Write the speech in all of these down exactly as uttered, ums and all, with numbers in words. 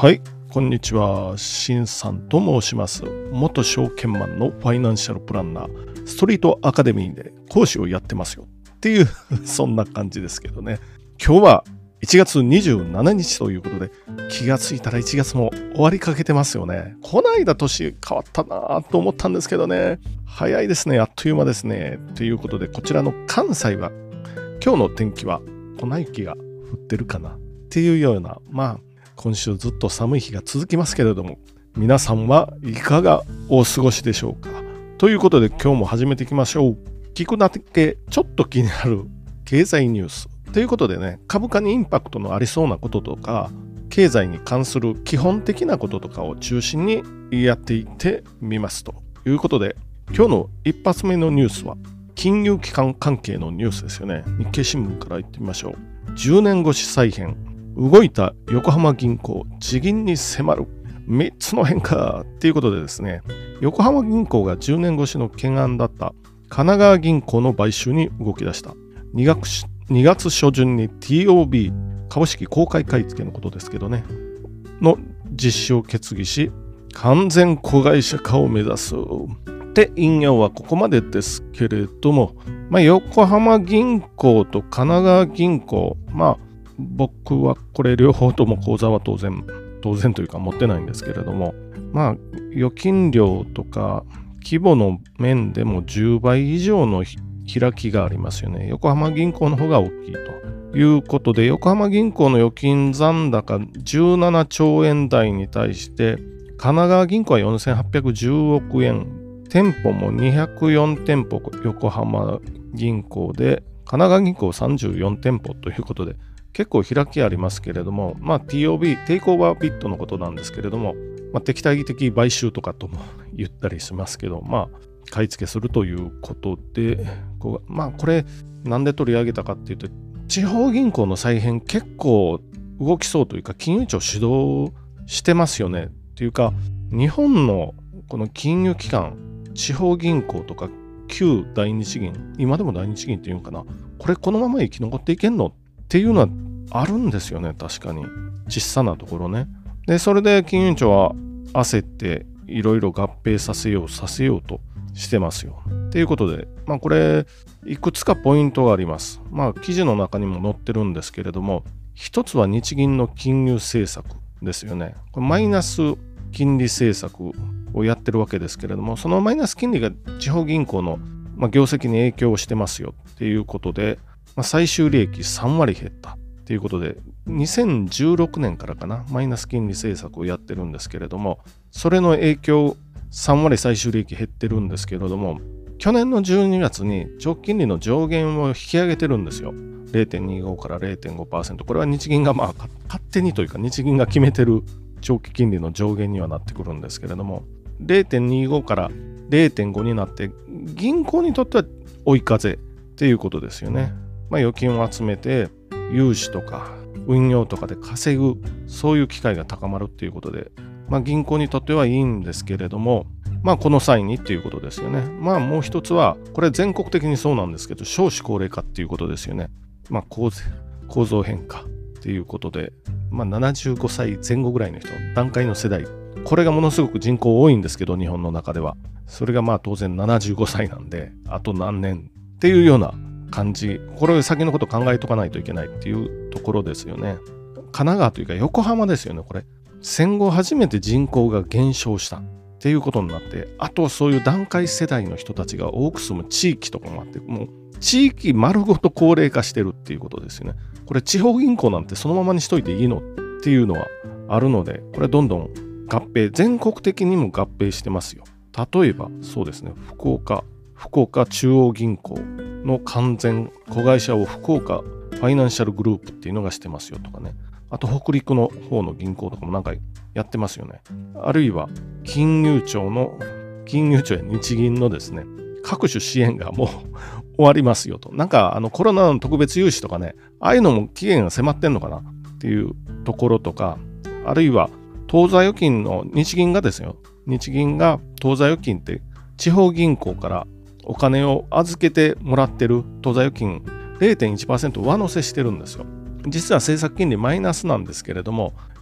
はい、こんにちは。しんさんと申します。元証券マンのファイナンシャルプランナー、ストリートアカデミーで講師をやってますよっていうそんな感じですけどね。今日はいちがつにじゅうしちにちということで、気がついたらいちがつも終わりかけてますよね。こないだ年変わったなと思ったんですけどね。早いですね。あっという間ですね。ということで、こちらの関西は今日の天気は粉雪が降ってるかなっていうような、まあ今週ずっと寒い日が続きますけれども、皆さんはいかがお過ごしでしょうか。ということで今日も始めていきましょう。聞くだけちょっと気になる経済ニュースということでね、株価にインパクトのありそうなこととか、経済に関する基本的なこととかを中心にやっていってみますということで、今日の一発目のニュースは金融機関関係のニュースですよね。日経新聞から言ってみましょう。じゅうねん越し再編、動いた横浜銀行、地銀に迫るみっつの変化っていうことでですね、横浜銀行がじゅうねん越しの懸案だった神奈川銀行の買収に動き出した。にがつ初旬に ティーオービー 株式公開買い付けのことですけどねの実施を決議し、完全子会社化を目指すって引用はここまでですけれども、まあ、横浜銀行と神奈川銀行、まあ僕はこれ両方とも口座は当然当然というか持ってないんですけれども、まあ預金量とか規模の面でもじゅうばい以上の開きがありますよね。横浜銀行の方が大きいということで、横浜銀行の預金残高じゅうななちょうえん台に対して神奈川銀行はよんせんはっぴゃくじゅうおくえん、店舗もにひゃくよんてんぽ横浜銀行で、神奈川銀行さんじゅうよんてんぽということで結構開きありますけれども、まあ ティーオービー、テイクオーバービットのことなんですけれども、まあ、敵対的買収とかとも言ったりしますけど、まあ買い付けするということで、こうまあこれなんで取り上げたかっていうと、地方銀行の再編結構動きそうというか、金融庁主導してますよね。っていうか、日本のこの金融機関、地方銀行とか旧第二日銀、今でも第二日銀っていうのかな、これこのまま生き残っていけんのっていうのはあるんですよね。確かに小さなところね。でそれで金融庁は焦っていろいろ合併させようさせようとしてますよっていうことで、まあこれいくつかポイントがあります。まあ記事の中にも載ってるんですけれども、一つは日銀の金融政策ですよね。これマイナス金利政策をやってるわけですけれども、そのマイナス金利が地方銀行のまあ業績に影響をしてますよっていうことで、まあ、最終利益さんわり減ったということで、にせんじゅうろくねんからかな、マイナス金利政策をやってるんですけれども、それの影響さんわり最終利益減ってるんですけれども、去年のじゅうにがつに長期金利の上限を引き上げてるんですよ。ゼロてんにじゅうご から ゼロてんごパーセント。これは日銀がまあ勝手にというか日銀が決めてる長期金利の上限にはなってくるんですけれども、ゼロてんにじゅうご から ゼロてんご になって銀行にとっては追い風っていうことですよね。まあ、預金を集めて融資とか運用とかで稼ぐ、そういう機会が高まるっていうことで、まあ、銀行にとってはいいんですけれども、まあこの際にっていうことですよね。まあもう一つは、これ全国的にそうなんですけど、少子高齢化っていうことですよね。まあ構構造変化っていうことで、まあななじゅうごさいぜん後ぐらいの人、団塊の世代、これがものすごく人口多いんですけど、日本の中では。それがまあ当然ななじゅうごさいなんで、あと何年っていうような感じ、これ先のこと考えとかないといけないっていうところですよね。神奈川というか横浜ですよね。これ戦後初めて人口が減少したっていうことになって、あとそういう団塊世代の人たちが多く住む地域とかもあって、もう地域丸ごと高齢化してるっていうことですよね。これ地方銀行なんてそのままにしといていいのっていうのはあるので、これどんどん合併、全国的にも合併してますよ。例えばそうですね、福岡福岡中央銀行の完全子会社を福岡ファイナンシャルグループっていうのがしてますよとかね。あと北陸の方の銀行とかもなんかやってますよね。あるいは金融庁の金融庁や日銀のですね、各種支援がもう終わりますよと。なんかあのコロナの特別融資とかね、ああいうのも期限が迫ってんのかなっていうところとか、あるいは当座預金の日銀がですよ、日銀が当座預金って地方銀行からお金を預けてもらってる当座預金 ゼロてんいちパーセント 上乗せしてるんですよ。実は政策金利マイナスなんですけれども、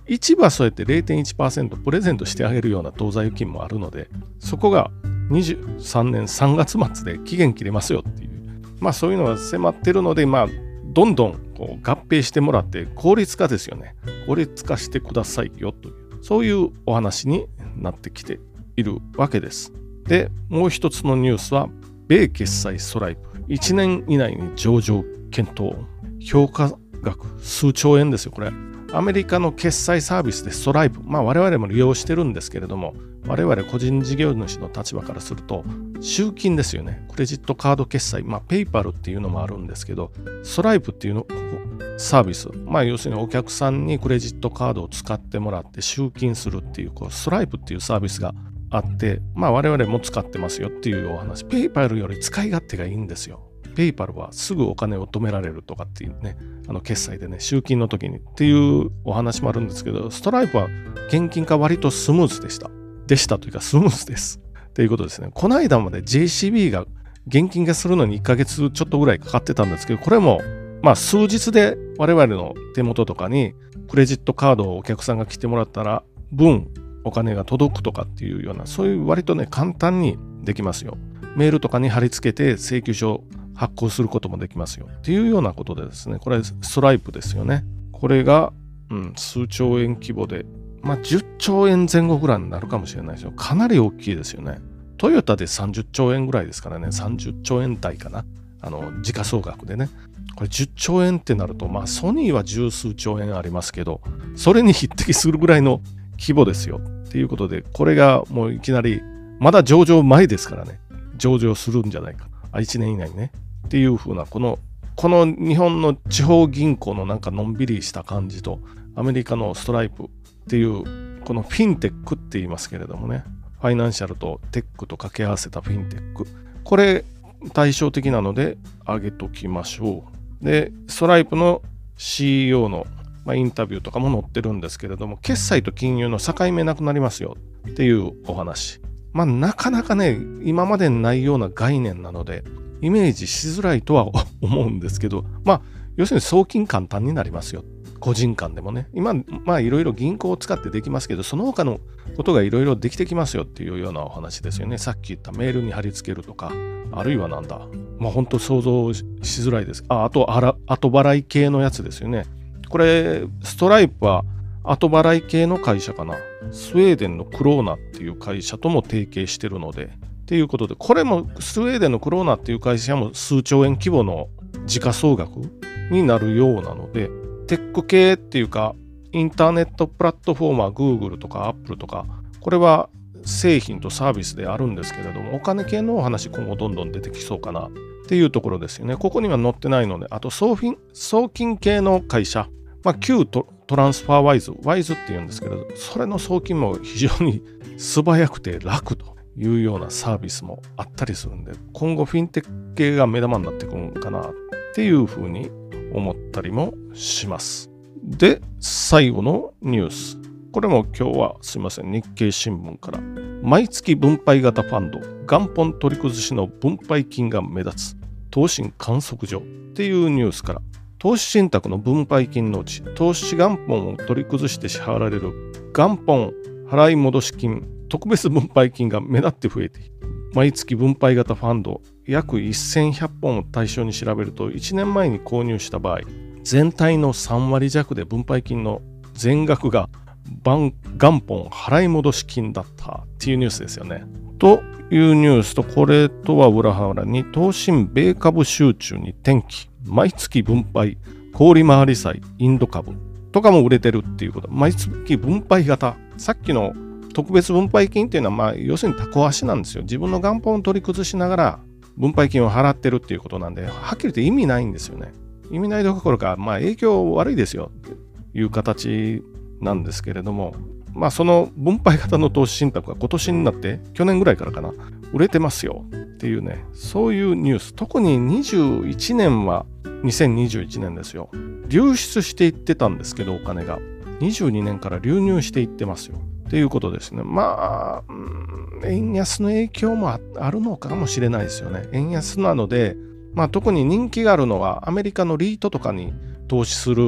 一部はそうやって れいてんいちパーセント プレゼントしてあげるような当座預金もあるので、そこがにじゅうさんねんさんがつ末で期限切れますよっていう、まあそういうのが迫ってるので、まあどんどんこう合併してもらって効率化ですよね。効率化してくださいよという、そういうお話になってきているわけです。で、もう一つのニュースは、米決済ストライプ、いちねん以内に上場検討。評価額数兆円ですよ、これ。アメリカの決済サービスでストライプ、まあ我々も利用してるんですけれども、我々個人事業主の立場からすると、集金ですよね。クレジットカード決済、まあペイパルっていうのもあるんですけど、ストライプっていうのサービス、まあ要するにお客さんにクレジットカードを使ってもらって集金するっていう、こうストライプっていうサービスがあって、まあ我々も使ってますよっていうお話。ペイパルより使い勝手がいいんですよ。ペイパルはすぐお金を止められるとかっていうね、あの決済でね、集金の時にっていうお話もあるんですけど、ストライプは現金化割とスムーズでした。でしたというかスムーズです。っていうことですね。この間まで ジェーシービー が現金化するのにいっかげつちょっとぐらいかかってたんですけど、これもまあ数日で我々の手元とかにクレジットカードをお客さんが来てもらったら分お金が届くとかっていうような、そういう割とね簡単にできますよ。メールとかに貼り付けて請求書発行することもできますよっていうようなことでですね、これストライプですよね。これが、うん、数兆円規模で、まあじゅっちょうえん前後ぐらいになるかもしれないですよ。かなり大きいですよね。トヨタでさんじゅっちょうえんぐらいですからね、さんじゅっちょうえん台かな。あの、時価総額でね。これじゅっちょうえんってなると、まあソニーは十数兆円ありますけど、それに匹敵するぐらいの規模ですよ。っていうことで、これがもういきなり、まだ上場前ですからね。上場するんじゃないか。あ、いちねん以内にね。っていう風な、この、この日本の地方銀行のなんかのんびりした感じと、アメリカのストライプっていう、このフィンテックって言いますけれどもね、ファイナンシャルとテックと掛け合わせたフィンテック。これ、対照的なので、上げときましょう。で、ストライプの シーイーオー の、まあ、インタビューとかも載ってるんですけれども、決済と金融の境目なくなりますよっていうお話。まあ、なかなかね、今までにないような概念なので、イメージしづらいとは思うんですけど、まあ、要するに送金簡単になりますよ。個人間でもね。今、まあ、いろいろ銀行を使ってできますけど、その他のことがいろいろできてきますよっていうようなお話ですよね。さっき言ったメールに貼り付けるとか、あるいはなんだ。まあ、本当想像しづらいです。あ、あと、あら、後払い系のやつですよね。これ、ストライプは後払い系の会社かな。スウェーデンのクローナっていう会社とも提携してるので、っていうことで、これもスウェーデンのクローナっていう会社も数兆円規模の時価総額になるようなので、テック系っていうか、インターネットプラットフォーマー、Google とか Apple とか、これは製品とサービスであるんですけれども、お金系のお話今後どんどん出てきそうかなっていうところですよね。ここには載ってないので、あと送金、送金系の会社、まあ、旧トランスファーワイズ、ワイズっていうんですけれど、それの送金も非常に素早くて楽というようなサービスもあったりするんで、今後フィンテック系が目玉になってくるのかなっていうふうに思ったりもします。で、最後のニュース。これも今日はすいません、日経新聞から。毎月分配型ファンド、元本取り崩しの分配金が目立つ。投信観測所っていうニュースから。投資信託の分配金のうち、投資元本を取り崩して支払われる元本払い戻し金、特別分配金が目立って増えている。毎月分配型ファンド約せんひゃっぽんを対象に調べると、いちねんまえに購入した場合、全体のさんわり弱で分配金の全額が元本払い戻し金だったっていうニュースですよね。というニュースと、これとは裏腹に、東進米株集中に転機、毎月分配、小売回り債、インド株とかも売れてるっていうこと。毎月分配型。さっきの特別分配金っていうのは、まあ、要するにタコ足なんですよ。自分の元本を取り崩しながら分配金を払ってるっていうことなんで、はっきり言って意味ないんですよね。意味ないどころか、まあ、影響悪いですよっていう形なんですけれども、まあ、その分配型の投資信託が今年になって、去年ぐらいからかな、売れてますよっていうね、そういうニュース。特ににじゅういちねんはにせんにじゅういちねんですよ。流出していってたんですけど、お金が。にじゅうにねんから流入していってますよ。っていうことですね。まあ、うん、円安の影響も あ, あるのかもしれないですよね。円安なので、まあ特に人気があるのはアメリカのリートとかに投資する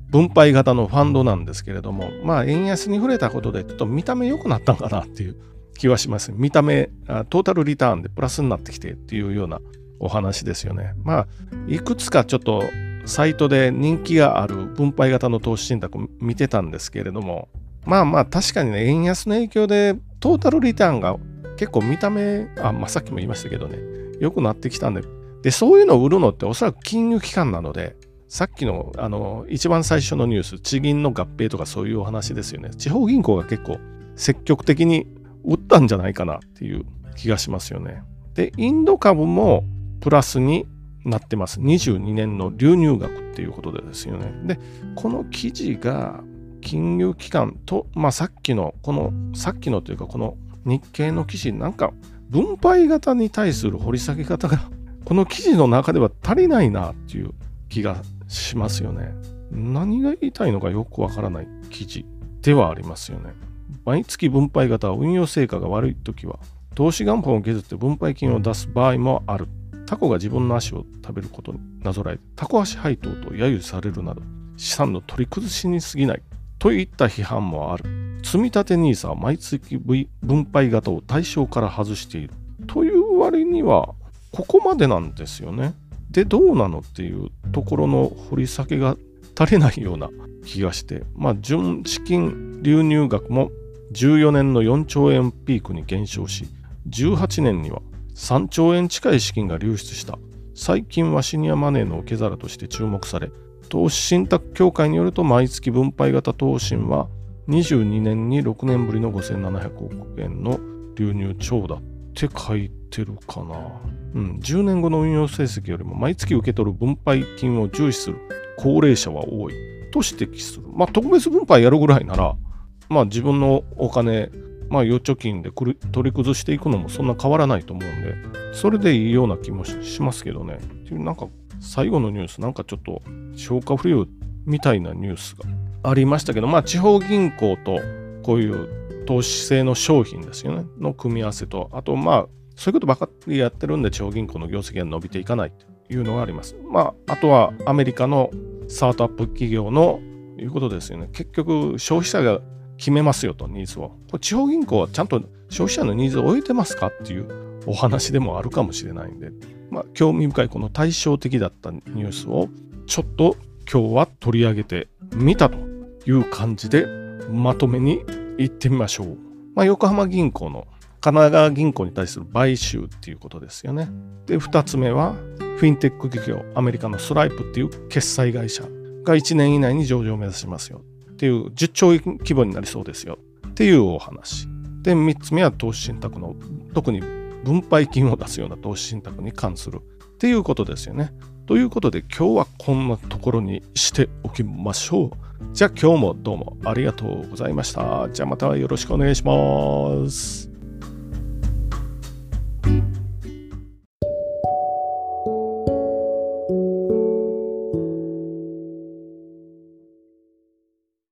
分配型のファンドなんですけれども、まあ円安に触れたことでちょっと見た目良くなったんかなっていう気はします。見た目、トータルリターンでプラスになってきてっていうようなお話ですよね。まあいくつかちょっとサイトで人気がある分配型の投資信託見てたんですけれども、まあまあ確かにね、円安の影響でトータルリターンが結構見た目、あ、まあさっきも言いましたけどね、良くなってきたんで、で、そういうのを売るのっておそらく金融機関なので、さっきのあの一番最初のニュース、地銀の合併とかそういうお話ですよね。地方銀行が結構積極的に売ったんじゃないかなっていう気がしますよね。で、インド株もプラスになってます。にじゅうにねんの流入額っていうことでですよね。で、この記事が金融機関と、まあさっきの、この、さっきのというかこの日経の記事、なんか分配型に対する掘り下げ方がこの記事の中では足りないなっていう気がしますよね。何が言いたいのかよくわからない記事ではありますよね。毎月分配型は運用成果が悪いときは投資元本を削って分配金を出す場合もある。タコが自分の足を食べることになぞらえ、タコ足配当と揶揄されるなど資産の取り崩しに過ぎないといった批判もある。積立 ニーサ は毎月分配型を対象から外しているという割にはここまでなんですよね。で、どうなのっていうところの掘り下げが足りないような気がして、まあ、純資金流入額もじゅうよねんのよんちょうえんピークに減少し、じゅうはちねんにはさんちょうえん近い資金が流出した。最近はシニアマネーの受け皿として注目され、投資信託協会によると毎月分配型投信はにじゅうにねんにろくねんぶりのごせんななひゃくおくえんの流入超だって書いてるかな。うん、じゅうねんごの運用成績よりも毎月受け取る分配金を重視する高齢者は多いと指摘する。まあ特別分配やるぐらいなら、まあ自分のお金、まあ預貯金で取り崩していくのもそんな変わらないと思うんで、それでいいような気もしますけどね。っていうなんか最後のニュース、なんかちょっと消化不良みたいなニュースがありましたけど、まあ地方銀行とこういう投資性の商品ですよね、の組み合わせと、あとまあそういうことばかりやってるんで地方銀行の業績が伸びていかないというのがあります。まああとはアメリカのスタートアップ企業のいうことですよね。結局消費者が決めますよと、ニーズを。これ地方銀行はちゃんと消費者のニーズを置いてますかっていうお話でもあるかもしれないんで、まあ興味深いこの対照的だったニュースをちょっと今日は取り上げてみたという感じでまとめに行ってみましょう。まあ、横浜銀行の神奈川銀行に対する買収っていうことですよね。で、ふたつめはフィンテック企業アメリカのストライプっていう決済会社がいちねん以内に上場を目指しますよっていうじゅっちょうえん規模になりそうですよっていうお話。で、みっつめは投資信託の特に分配金を出すような投資信託に関するっていうことですよね。ということで今日はこんなところにしておきましょう。じゃあ今日もどうもありがとうございました。じゃあまたよろしくお願いします。